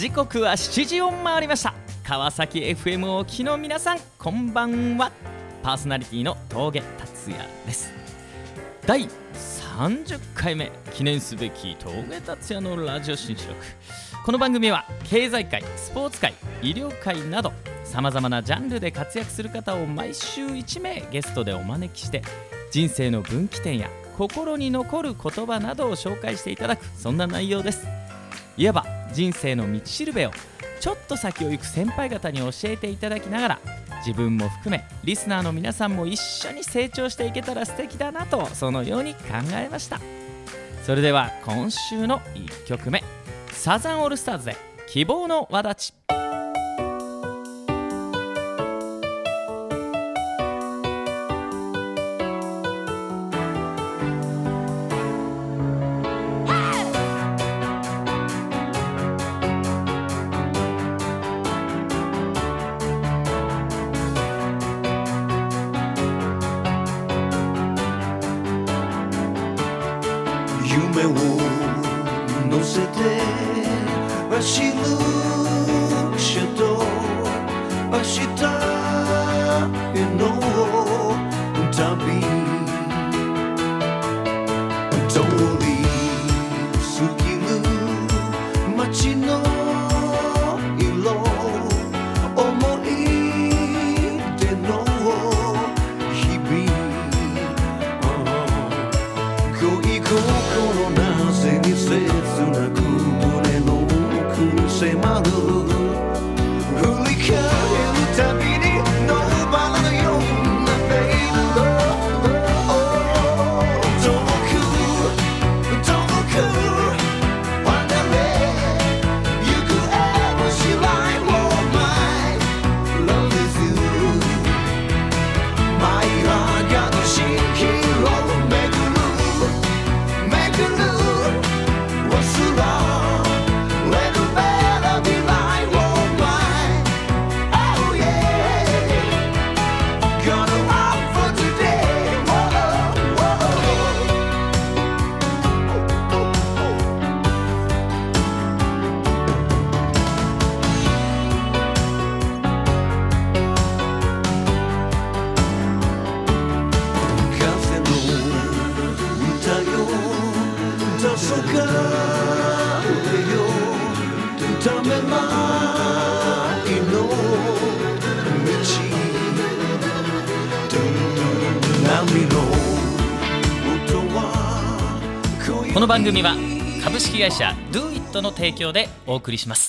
時刻は7時を回りました。川崎 FM をお聞きの皆さん、こんばんは。パーソナリティの峠達也です。第30回目、記念すべき峠達也のラジオ新記録。この番組は経済界、スポーツ界、医療界などさまざまなジャンルで活躍する方を毎週1名ゲストでお招きして、人生の分岐点や心に残る言葉などを紹介していただく、そんな内容です。いわば人生の道しるべをちょっと先を行く先輩方に教えていただきながら、自分も含めリスナーの皆さんも一緒に成長していけたら素敵だなと、そのように考えました。それでは今週の1曲目、サザンオールスターズで希望の輪立ち。 夢を乗せて走る車と明日への旅、通り過ぎる街の色、思い出の日々、恋心なぜに切なく胸の奥に迫る、振り返るたびに野バラのようなフェイド、遠く遠く離れゆくEvery line of my love is you、 舞い上がる蜃気楼めぐるこの番組は株式会社 DoIt の提供でお送りします。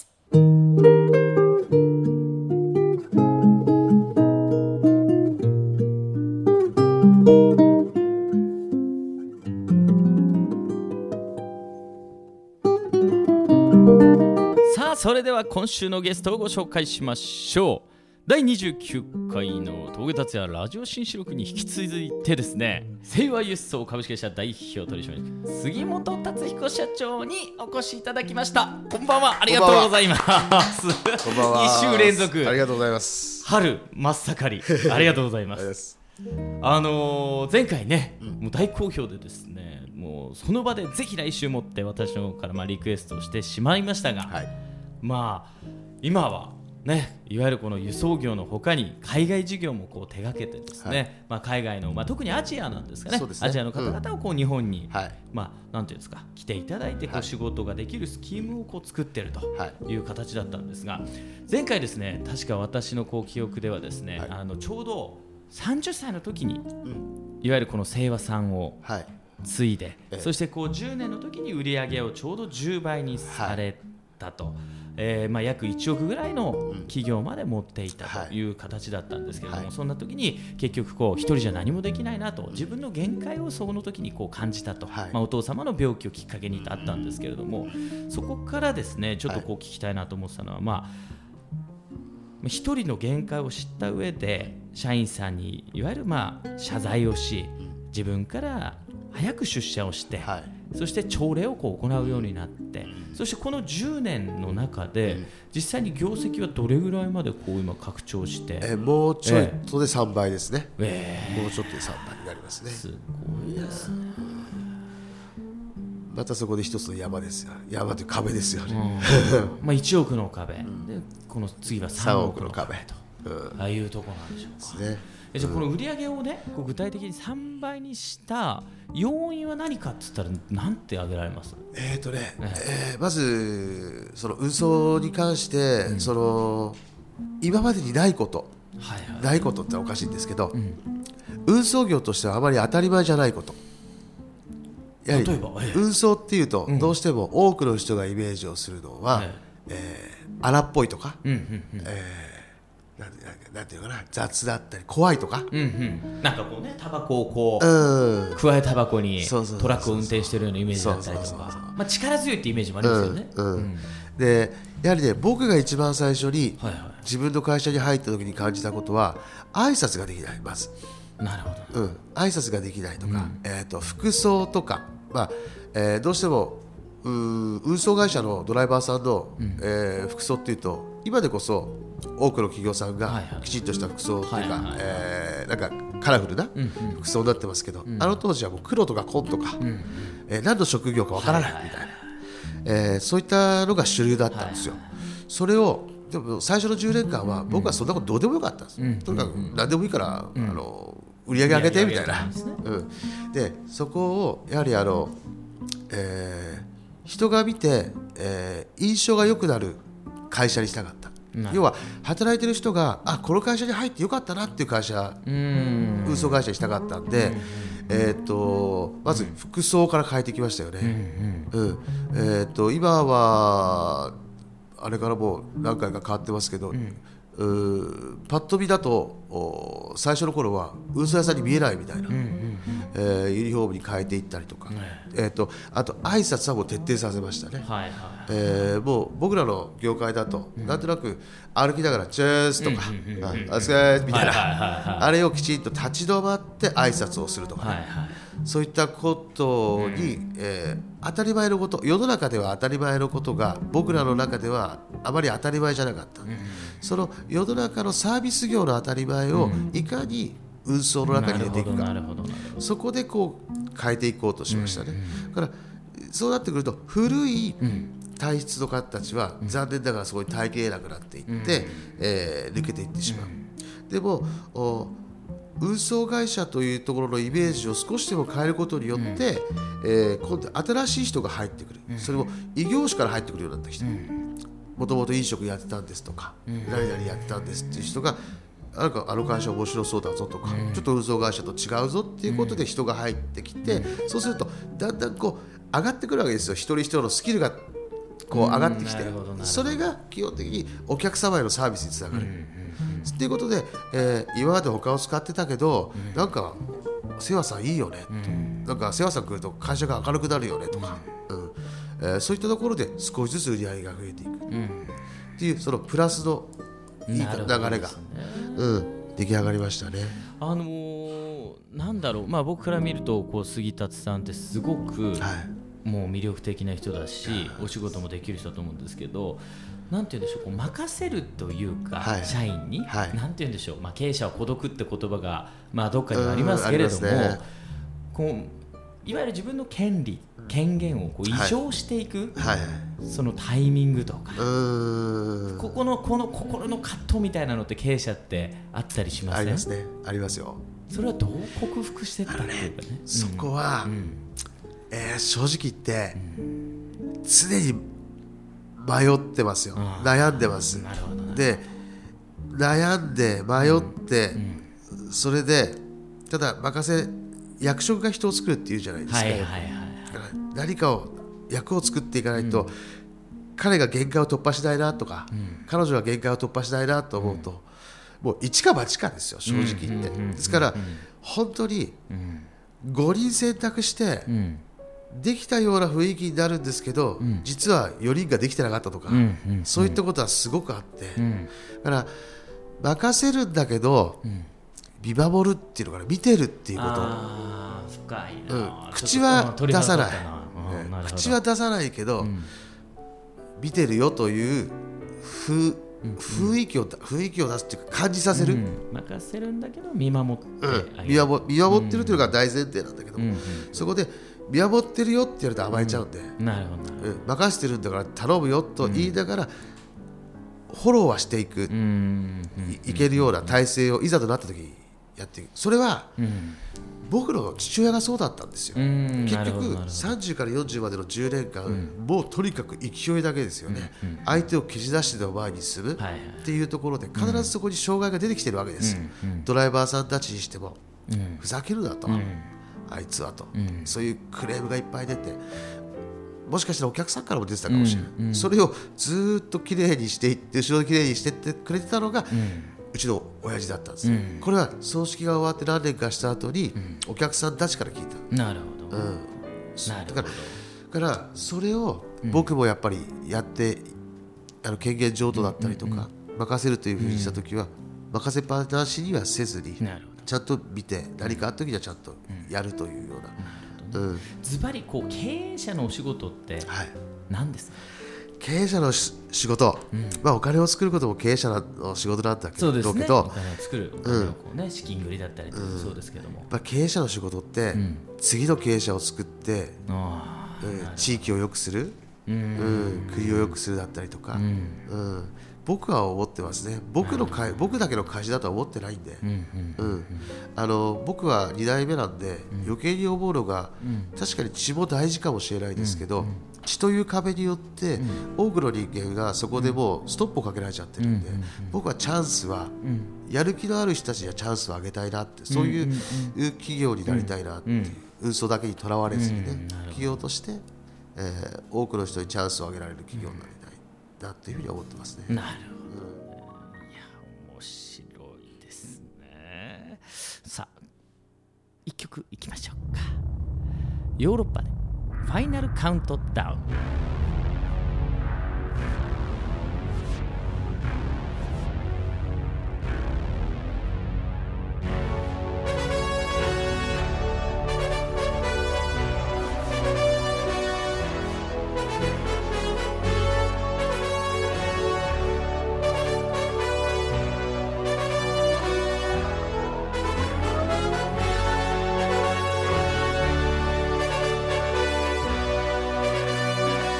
さあ、それでは今週のゲストをご紹介しましょう。第29回の峠達也ラジオ新四録に引き続いてですね、清和輸送株式会社代表取締役杉本達彦社長にお越しいただきました。こんばんは。ありがとうございます。 こんばんは。 2週連続ありがとうございます。 春真っ盛りありがとうございます。前回ね、もう大好評でですね、もうその場でぜひ来週もって私の方からリクエストをしてしまいましたが、 はい、 今はね、いわゆるこの輸送業の他に海外事業もこう手掛けてですね、海外の、特にアジアなんですかね、アジアの方々をこう日本に、なんていうんですか、来ていただいてこう仕事ができるスキームをこう作っているという形だったんですが、前回ですね、確か私のこう記憶ではですね、ちょうど30歳の時に、いわゆるこの清和さんを継いで、そしてこう10年の時に売り上げをちょうど10倍にされたと、約1億ぐらいの企業まで持っていたという形だったんですけれども、そんな時に結局こう一人じゃ何もできないなと、自分の限界をその時にこう感じたと、お父様の病気をきっかけにあったんですけれども、そこからですね、ちょっとこう聞きたいなと思ってたのは、一人の限界を知った上で社員さんにいわゆる謝罪をし、自分から早く出社をして、そして朝礼をこう行うようになって、そしてこの10年の中で、実際に業績はどれぐらいまでこう今拡張して、 もうちょいとで3倍ですね、もうちょっとで3倍になりますね。 すごいですね。 またそこで一つの山ですよ。山という壁ですよね。 まあ1億の壁、でこの次は3億の壁と、ああいうところなんでしょうか。ですね。じゃあこの売り上げをね、こう具体的に3倍にした要因は何かって言ったら何て挙げられます？ まずその運送に関して、その今までにないこと、ないことっておかしいんですけど、運送業としてはあまり当たり前じゃないこと。やはり運送っていうと、どうしても多くの人がイメージをするのは、荒っぽいとか、なんていうかな、雑だったり怖いとか、 なんかこうね、タバコをこう加えタバコにトラックを運転しているようなイメージだったりとか、まあ力強いってイメージもありますよね。 でやはりね、僕が一番最初に自分の会社に入った時に感じたことは、挨拶ができない。まずなるほど、 挨拶ができないとか、服装とか、まあどうしても運送会社のドライバーさんの、服装っていうと、今でこそ多くの企業さんがきちんとした服装っていうか、なんかカラフルな服装になってますけど、あの当時はもう黒とか紺とか、何の職業かわからないみたいな、そういったのが主流だったんですよ。それをでも最初の10年間は僕はそんなことどうでもよかったんです。とにかく何でもいいから、売り上げ上げてみたいな。でそこをやはり人が見て、印象が良くなる会社にしたかった。要は働いてる人がこの会社に入ってよかったなっていう会社、運送会社にしたかったんで、まず服装から変えてきましたよね。今はあれからもう何回か変わってますけど、パッと見だと最初の頃は運送屋さんに見えないみたいな、ユニフォームに変えていったりとか、あと挨拶はもう徹底させましたね。もう僕らの業界だと、なんとなく歩きながらチェースとか、お疲れみたいな、あれをきちんと立ち止まって挨拶をするとかね、そういったことに、当たり前のこと、世の中では当たり前のことが僕らの中ではあまり当たり前じゃなかった、その世の中のサービス業の当たり前をいかに運送の中に入れていくか、そこでこう変えていこうとしましたね。だからそうなってくると、古い体質の方たちは残念ながらそこに耐えきれなくなっていって、抜けていってしまう。でも運送会社というところのイメージを少しでも変えることによって、今度新しい人が入ってくる、それも異業種から入ってくるようになってきて、もともと飲食やってたんですとか、何々やってたんですっていう人が、なんかあの会社面白そうだぞとか、ちょっと運送会社と違うぞっていうことで人が入ってきて、そうするとだんだんこう上がってくるわけですよ。一人一人のスキルがこう上がってきて、それが基本的にお客様へのサービスにつながる、っていうことで、今まで他を使ってたけど、なんか瀬和さんいいよね、なんか瀬和さん来ると会社が明るくなるよねとか、そういったところで少しずつ売り上げが増えていく、っていうそのプラスのいい流れが、出来上がりましたね。 なんだろう、まあ、僕から見るとこう杉達さんってすごく、もう魅力的な人だし、お仕事もできる人だと思うんですけど、なんて言うんでしょう、こう任せるというか、社員に、なんて言うんでしょう、経営者は孤独って言葉が、どっかにはありますけれども、こういわゆる自分の権利、権限をこう異常していく、そのタイミングとか、この心の葛藤みたいなのって経営者ってあったりしますね。 ありますね。ありますよ。 それはどう克服していったっていうかね。 そこは、正直言って、常に迷ってますよ。悩んでます。で悩んで迷って、それでただ役職が人を作るっていうじゃないですか。何かを役を作っていかないと、彼が限界を突破しないなとか、彼女が限界を突破しないなと思うと、もう一か八かですよ、正直言って。ですから本当に5人選択してできたような雰囲気になるんですけど、実は4人ができてなかったとか、そういったことはすごくあって、だから任せるんだけど、見守るっていうのかな、見てるっていうこと、 深いな、 口は出さない、口は出さないけど、見てるよという雰囲気を出すっていうか、感じさせる、 任せるんだけど見守って、 見守ってるというのが大前提なんだけど、そこで見守ってるよって言われて甘えちゃうんで、 なるほど、 任せてるんだから頼むよと言いながら、フォローはしていく、いけるような体制をいざとなった時にやっていく。それは、僕の父親がそうだったんですよ。結局30から40までの10年間、もうとにかく勢いだけですよね、相手を蹴り出してでも前に進むっていうところで必ずそこに障害が出てきてるわけです、ドライバーさんたちにしても、ふざけるなと、あいつはと、そういうクレームがいっぱい出て、もしかしたらお客さんからも出てたかもしれない、それをずっときれいにしていって後ろできれいにしていってくれてたのが、うちの親父だったんです、これは葬式が終わって何年かした後に、お客さんたちから聞いた。 なるほど、 だからそれを僕もやっぱりやって、権限譲渡だったりとか、任せるというふうにしたときは、任せっぱなしにはせずに、ちゃんと見て、何かあったときにはちゃんとやるというような。 ズバリこう経営者のお仕事って何ですか？ 経営者の仕事、お金を作ることも経営者の仕事なんだけど、 お金を作る、お金をこうね、資金繰りだったりとかそうですけども、 経営者の仕事って、次の経営者を作って、地域を良くする、国を良くするだったりとか、僕は思ってますね。僕だけの会社だとは思ってないんで、僕は2代目なんで、余計に思うのが、確かに血も大事かもしれないですけど、血という壁によって多くの人間がそこでもうストップをかけられちゃってるんで、僕はチャンスは、やる気のある人たちにはチャンスをあげたいなって、そういう企業になりたいなっていう、運送だけにとらわれずにね、企業として、多くの人にチャンスをあげられる企業になりたいなっていうふうに思ってますね。 なるほど、いや面白いですね。さあ一曲いきましょうか。ヨーロッパでファイナルカウントダウン。 「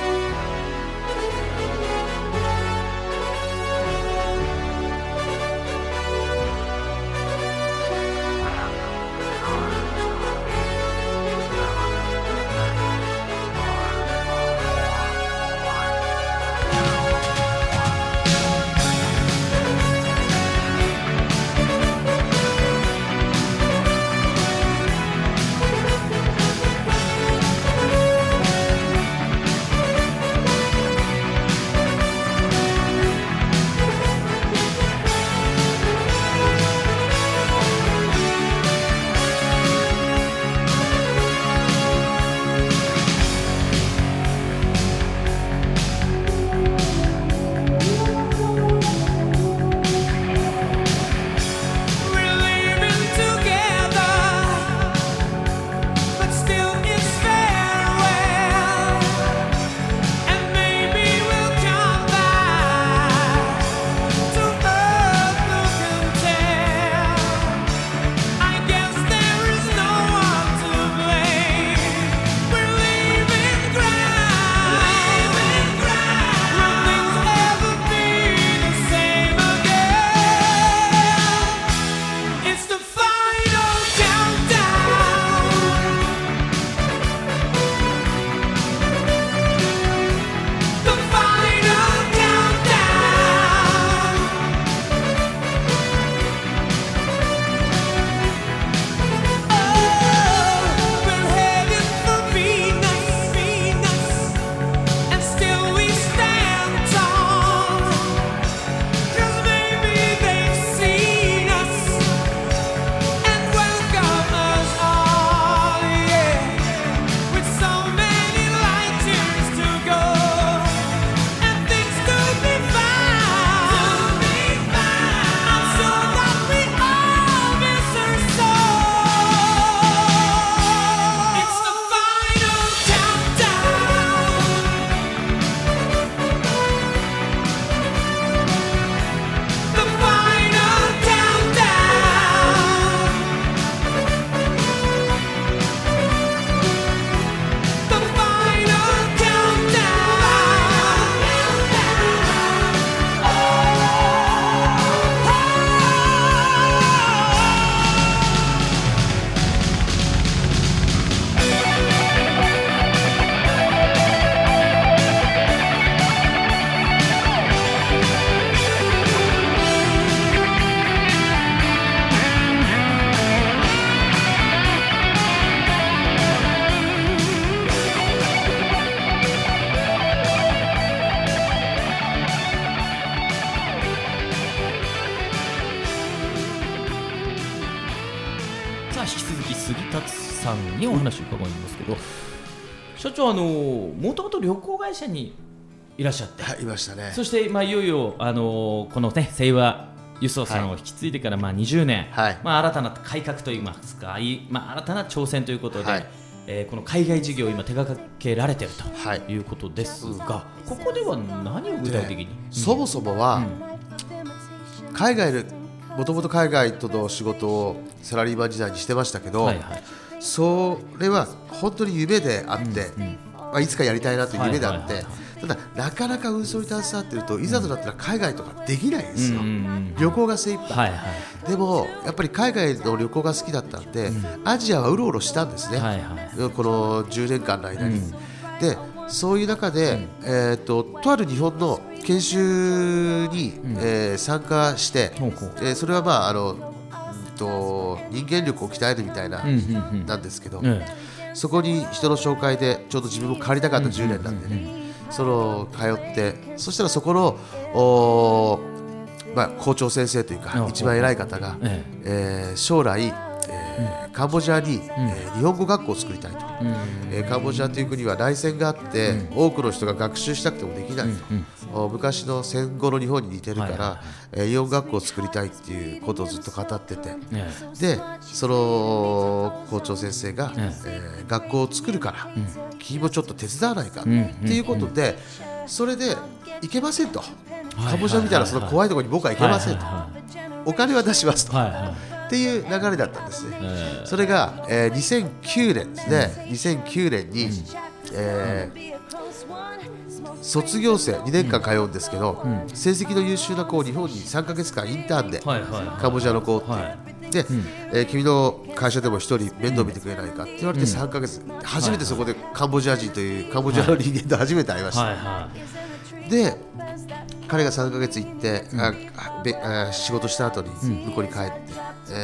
さんにお話を伺いますけど、社長もともと旅行会社にいらっしゃって、 はい、いましたね。 そして、いよいよ、この、ね、清和輸送さんを引き継いでから、20年、はい、新たな改革といいますか、新たな挑戦ということで、はい、この海外事業を今手掛けられているということですが、ここでは何を具体的に、 そもそもは、海外でもともと海外との仕事をサラリーマン時代にしてましたけど、それは本当に夢であって、いつかやりたいなという夢であって、ただなかなか運送に携わっているといざとなったら海外とかできないんですよ、旅行が精一杯、でもやっぱり海外の旅行が好きだったんで、アジアはうろうろしたんですね、この10年間の間に、でそういう中で、とある日本の研修に、参加して、それは人間力を鍛えるみたいな、なんですけど、そこに人の紹介でちょうど自分も変わりたかった10年なんでね、その通って、そしたらそこの校長先生というか一番偉い方が、将来、カンボジアに、日本語学校を作りたいと、カンボジアという国は内戦があって、多くの人が学習したくてもできないと、昔の戦後の日本に似てるから、日本語学校を作りたいっていうことをずっと語ってて、でその校長先生が、学校を作るから、君もちょっと手伝わないかっていうことで、それで行けませんと、カンボジアみたいなその怖いところに僕は行けませんと、お金は出しますと、っていう流れだったんですね。それが、2009年ですね、2009年に、卒業生2年間通うんですけど、成績の優秀な子を日本に3ヶ月間インターンで、カンボジアの子ってで、君の会社でも1人面倒見てくれないかって言われて3ヶ月、初めてそこでカンボジア人というカンボジアの人間と初めて会いました。で彼が3ヶ月行って、仕事した後に向こうに帰って、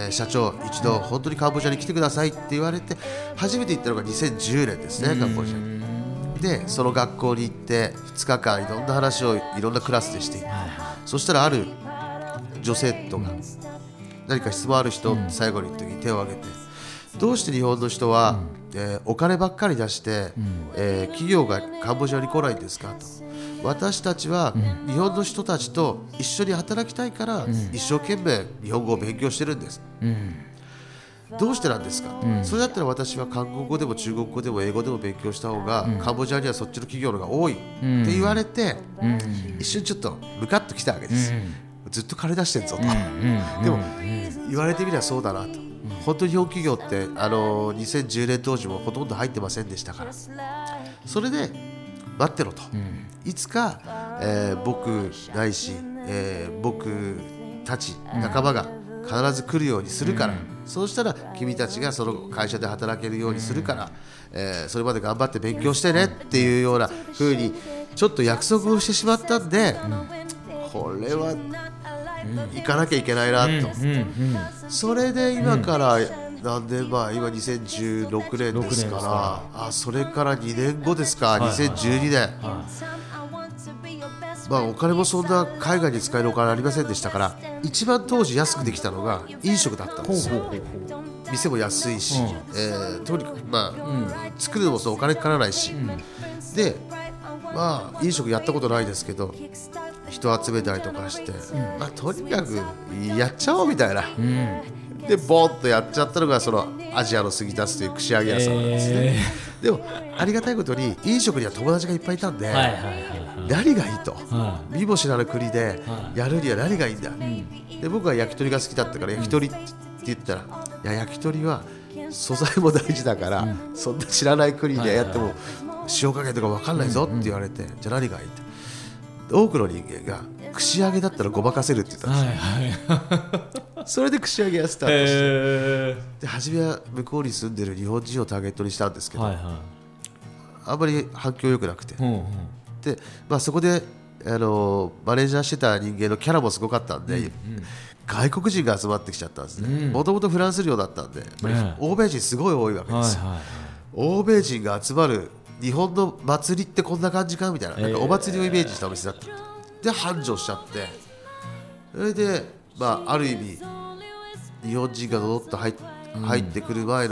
社長一度本当にカンボジアに来てくださいって言われて初めて行ったのが2010年ですね、カンボジアに。でその学校に行って2日間いろんな話をいろんなクラスでしていて、そしたらある女生徒が何か質問ある人、最後に時に手を挙げて、どうして日本の人は、お金ばっかり出して、企業がカンボジアに来ないんですかと。私たちは日本の人たちと一緒に働きたいから、一生懸命日本語を勉強してるんです、どうしてなんですか、それだったら私は韓国語でも中国語でも英語でも勉強した方が、カンボジアにはそっちの企業の方が多い、って言われて、一瞬ちょっとムカッときたわけです、ずっと金出してんぞと、でも言われてみればそうだなと、本当に日本企業って2010年当時もほとんど入ってませんでしたから、それで待ってろと、いつか、僕ないし、僕たち仲間が必ず来るようにするから、そうしたら君たちがその会社で働けるようにするから、それまで頑張って勉強してねっていうような風にちょっと約束をしてしまったんで、これは行かなきゃいけないなと、それで今から何年前、今2016年ですから、それから2年後ですか、2012年、お金もそんな海外に使えるお金ありませんでしたから、一番当時安くできたのが飲食だったんですよ。店も安いし、とにかく作るのもそうお金かからないし、で飲食やったことないですけど人集めたりとかして、とにかくやっちゃおうみたいな、でボーッとやっちゃったのがそのアジアの杉立という串揚げ屋さんなんですね、でもありがたいことに飲食には友達がいっぱいいたんで、何がいいと、見も知らぬ国でやるには何がいいんだ、で僕は焼き鳥が好きだったから焼き鳥って言ったら、いや焼き鳥は素材も大事だから、そんな知らない国でやっても塩加減とか分かんないぞって言われて、じゃあ何がいいって、多くの人間が串揚げだったらごまかせるって言ったんですよ、それで串揚げ屋スタートして、で初めは向こうに住んでる日本人をターゲットにしたんですけど、あんまり反響良くなくて、でそこでマネージャーしてた人間のキャラもすごかったんで、外国人が集まってきちゃったんですね。もともとフランス領だったんで、欧米人すごい多いわけですよ、欧米人が集まる日本の祭りってこんな感じかみたいな、なんかお祭りをイメージしたお店だった。で繁盛しちゃって、それである意味日本人がどどっと入ってくる前の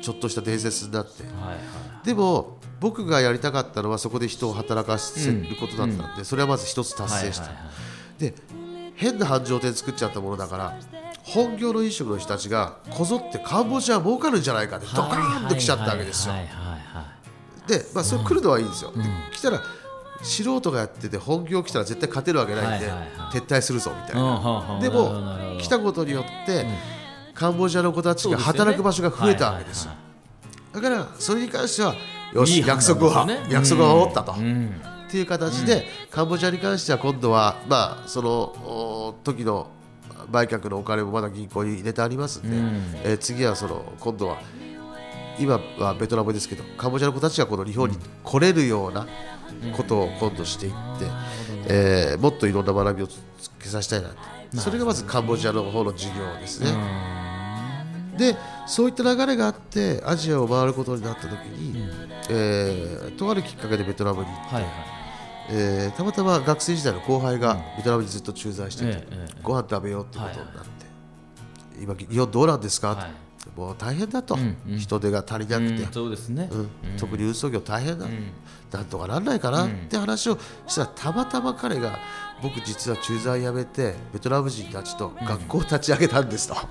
ちょっとした伝説になって、でも僕がやりたかったのはそこで人を働かせることだったんで、それはまず一つ達成した。で変な繁盛店作っちゃったものだから本業の飲食の人たちがこぞってカンボジア儲かるんじゃないかってドカーンと来ちゃったわけですよ。で、それ来るのはいいんですよ。で来たら素人がやってて本業来たら絶対勝てるわけないんで撤退するぞみたいな。でも来たことによってカンボジアの子たちが働く場所が増えたわけですよ。だからそれに関してはよし約束は守ったとっていう形で、カンボジアに関しては今度はその時の売却のお金もまだ銀行に入れてありますんで、次は今度は今はベトナムですけどカンボジアの子たちがこの日本に来れるようなことを今度していって、もっといろんな学びをつけさせたいなと。それがまずカンボジアの方の事業ですね。でそういった流れがあってアジアを回ることになった時に、とあるきっかけでベトナムに行って、たまたま学生時代の後輩がベトナムにずっと駐在してて、ご飯食べようってことになって、今日本どうなんですかって、もう大変だと、人手が足りなくて、 そうですね、 特に運送業大変だ、なんとかなんないかなって話をしたら、たまたま彼が僕実は駐在辞めてベトナム人たちと学校を立ち上げたんですと、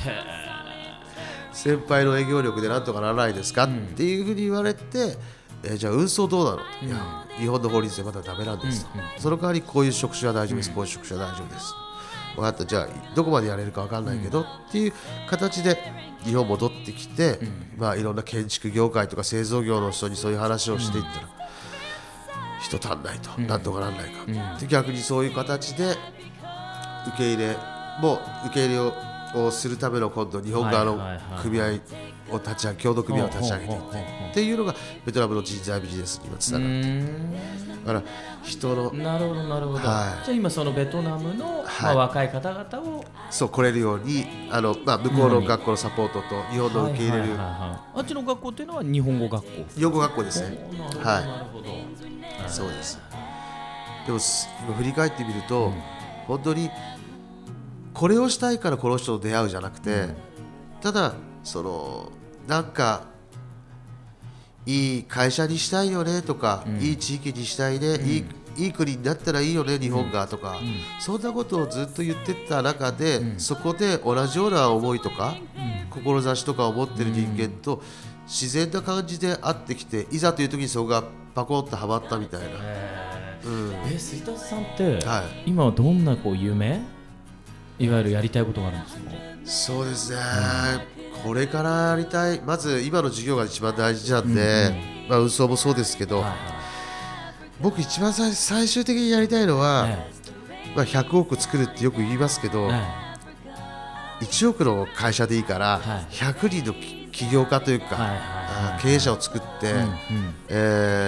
先輩の営業力でなんとかならないですかっていうふうに言われて、じゃあ運送どうなの、いや日本の法律でまだダメなんですと、その代わりこういう職種は大丈夫です、こういう職種は大丈夫です、分かった、じゃあどこまでやれるか分かんないけど、っていう形で日本戻ってきて、いろんな建築業界とか製造業の人にそういう話をしていったら、人足んないと、なんとかなんないか、で逆にそういう形で受け入れをするための今度日本側の組合を立ち上げ、共同組合を立ち上げていってっていうのがベトナムの人材ビジネスに今つながっている。だから人のなるほどなるほど、じゃあ今そのベトナムの、若い方々をそう来れるように向こうの学校のサポートと日本の受け入れる、 あっちの学校っていうのは日本語学校、 日本語学校ですね。 なるほど、 そうです。でも今振り返ってみると、本当にこれをしたいからこの人と出会うじゃなくて、ただなんかいい会社にしたいよねとか、いい地域にしたいね、いい国になったらいいよね日本がとか、そんなことをずっと言ってた中で、そこで同じような思いとか、志とかを持ってる人間と自然な感じで会ってきて、いざという時にそこがパコッとはまったみたいな。 杉田さんって、今はどんな夢、いわゆるやりたいことがあるんですか？ そうですね、これからやりたい、まず今の授業が一番大事なんで、運送もそうですけど、僕一番最終的にやりたいのは、100億作るってよく言いますけど、1億の会社でいいから、100人の起業家というか、経営者を作って、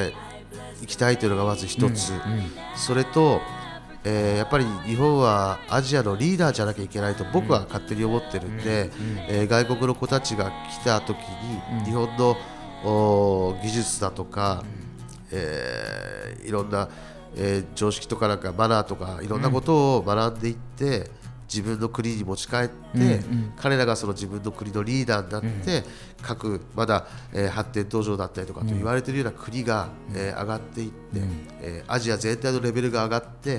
いきたいというのがまず一つ、それとやっぱり日本はアジアのリーダーじゃなきゃいけないと僕は勝手に思ってるんで、外国の子たちが来た時に日本の技術だとか、いろんな、常識とかなんかマナーとかいろんなことを学んでいって、自分の国に持ち帰って、彼らがその自分の国のリーダーになって、各まだ、発展途上だったりとかと言われているような国が、上がっていって、アジア全体のレベルが上がって、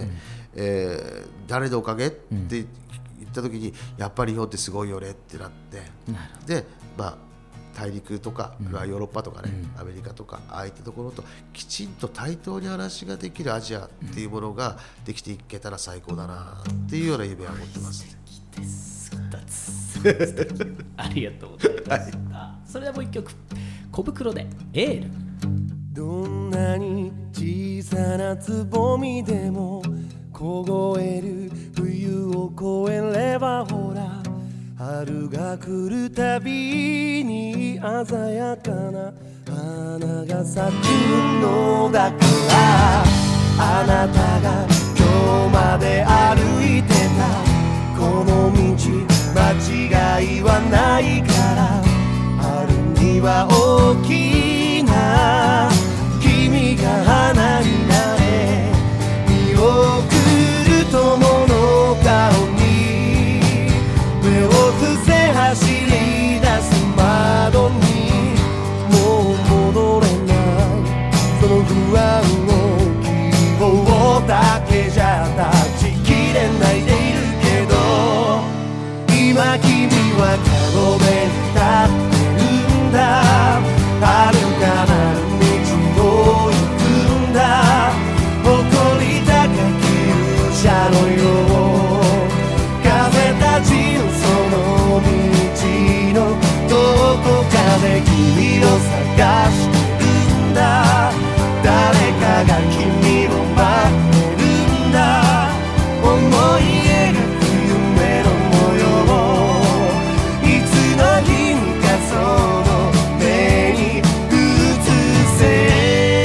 誰のおかげって言った時にやっぱり日本ってすごいよねってなって、で大陸とか、ヨーロッパとかね、アメリカとかああいったところときちんと対等に話ができるアジアっていうものができていけたら最高だなっていうような夢は持ってます。 ありがとうございます、それではもう一曲、小袋でエール。 どんなに小さなつぼみでも凍える冬を越えればほら、春が来るたびに鮮やかな花が咲くのだから、あなたが今日まで歩いてたこの道間違いはないから、春には大きな君が花になれ、見送る友の顔に目を伏せ走り出す窓にが君を待ってるんだ。思い描く夢の模様、いつの日にかその目に映せ。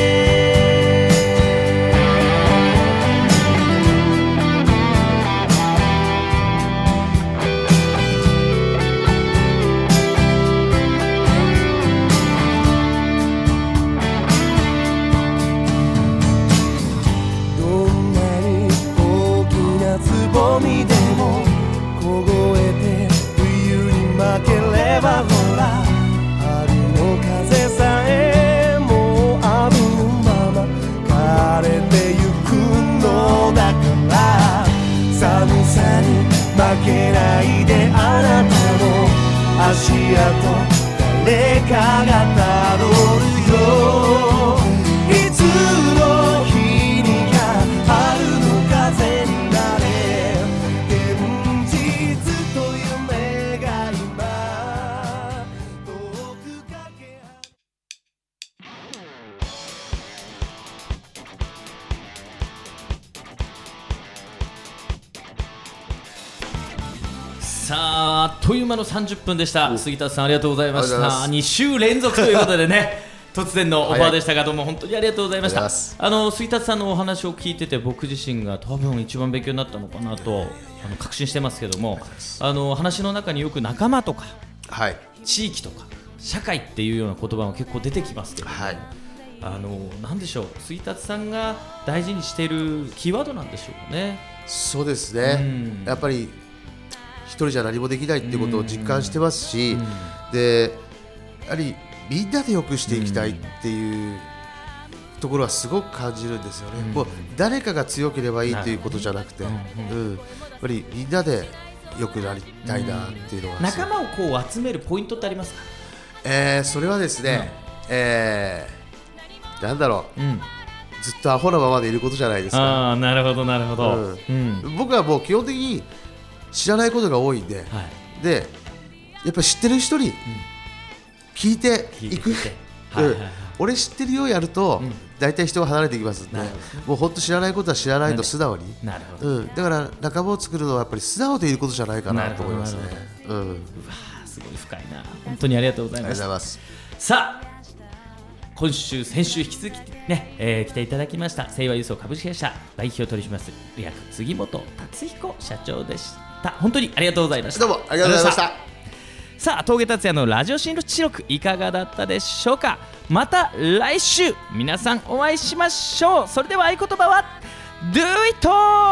ほら春の風さえもう浴びぬまま枯れてゆくのだから、寒さに負けないであなたの足跡誰かがたどるよ。いつの日にか春の風になれ、現実と夢が今さあ、あっという間の30分でした。杉田さんありがとうございました。2週連続ということでね突然のオファーでしたが、どうも本当にありがとうございました。杉田さんのお話を聞いてて、僕自身が多分一番勉強になったのかなと確信してますけども、話の中によく仲間とか、はい、地域とか社会っていうような言葉も結構出てきますけども、はい、なんでしょう、杉田さんが大事にしているキーワードなんでしょうかね。 そうですね、やっぱり一人じゃ何もできないっていうことを実感してますし、でやはりみんなで良くしていきたいっていうところはすごく感じるんですよね。もう誰かが強ければいいということじゃなくて、やっぱりみんなで良くなりたいなっていうのは、 仲間をこう集めるポイントってありますか？ それはですね、なんだろう、ずっとアホなままでいることじゃないですか。 なるほどなるほど、 僕はもう基本的に知らないことが多いんで、でやっぱり知ってる人に聞いていく、俺知ってるようやると大体人が離れていきますんで、もう本当知らないことは知らないと素直に、だから仲間を作るのはやっぱり素直でいることじゃないかなと思いますね。 うわすごい深いな。本当にありがとうございました。さあ今週先週引き続きね、来ていただきました清和輸送株式会社代表取締役杉本達彦社長でした。本当にありがとうございました。 どうもありがとうございました。 さあ峠達也のラジオ新記録いかがだったでしょうか。また来週皆さんお会いしましょう。それでは合言葉は Do it。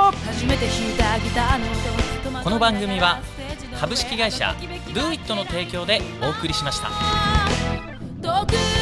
この番組は株式会社 Do it の提供でお送りしました。